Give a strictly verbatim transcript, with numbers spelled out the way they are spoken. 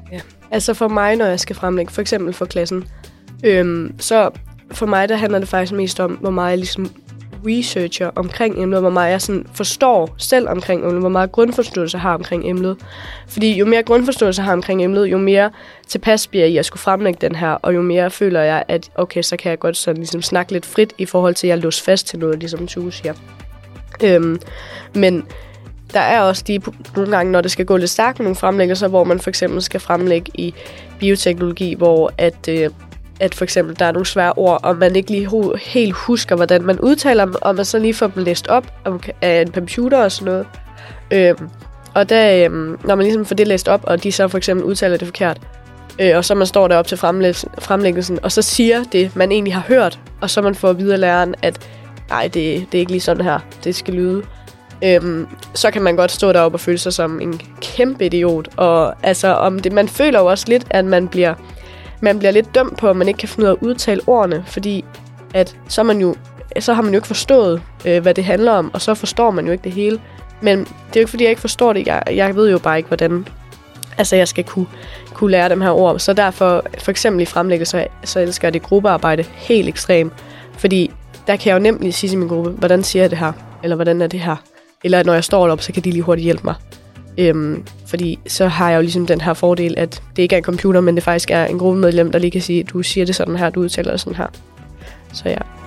Ja. Altså for mig, når jeg skal fremlægge, for eksempel for klassen, øhm, så for mig, der handler det faktisk mest om, hvor meget jeg ligesom researcher omkring emnet, hvor meget jeg sådan forstår selv omkring emnet, hvor meget grundforståelse jeg har omkring emnet. Fordi jo mere grundforståelse jeg har omkring emnet, jo mere tilpas bliver jeg i at skulle fremlægge den her, og jo mere føler jeg, at okay, så kan jeg godt sådan ligesom snakke lidt frit i forhold til, at jeg er låst fast til noget, ligesom Tue siger. Øhm, men der er også de nogle gange, når det skal gå lidt stærkt med nogle fremlæggelser, hvor man for eksempel skal fremlægge i bioteknologi, hvor at, øh, at for eksempel der er nogle svære ord, og man ikke lige hu- helt husker, hvordan man udtaler dem, og man så lige får dem læst op af en computer og sådan noget. Øhm, og der, øhm, når man ligesom får det læst op, og de så for eksempel udtaler det forkert, øh, og så man står deroppe til fremlæggelsen, og så siger det, man egentlig har hørt, og så man får at vide af læreren, at nej, det, det er ikke lige sådan her, det skal lyde. Øhm, så kan man godt stå deroppe og føle sig som en kæmpe idiot. Og altså, om det, man føler jo også lidt, at man bliver, man bliver lidt dømt på, at man ikke kan finde ud af at udtale ordene, fordi at så, man jo, så har man jo ikke forstået, øh, hvad det handler om, og så forstår man jo ikke det hele. Men det er jo ikke, fordi jeg ikke forstår det. Jeg, jeg ved jo bare ikke, hvordan altså, jeg skal kunne, kunne lære dem her ord. Så derfor, for eksempel i fremlæggelser, så elsker jeg det gruppearbejde helt ekstremt. Fordi der kan jeg jo nemt lige sige til min gruppe, hvordan siger jeg det her? Eller hvordan er det her? Eller når jeg står deroppe, så kan de lige hurtigt hjælpe mig. Øhm, fordi så har jeg jo ligesom den her fordel, at det ikke er en computer, men det faktisk er en gruppemedlem, der lige kan sige, du siger det sådan her, du udtaler det sådan her. Så ja.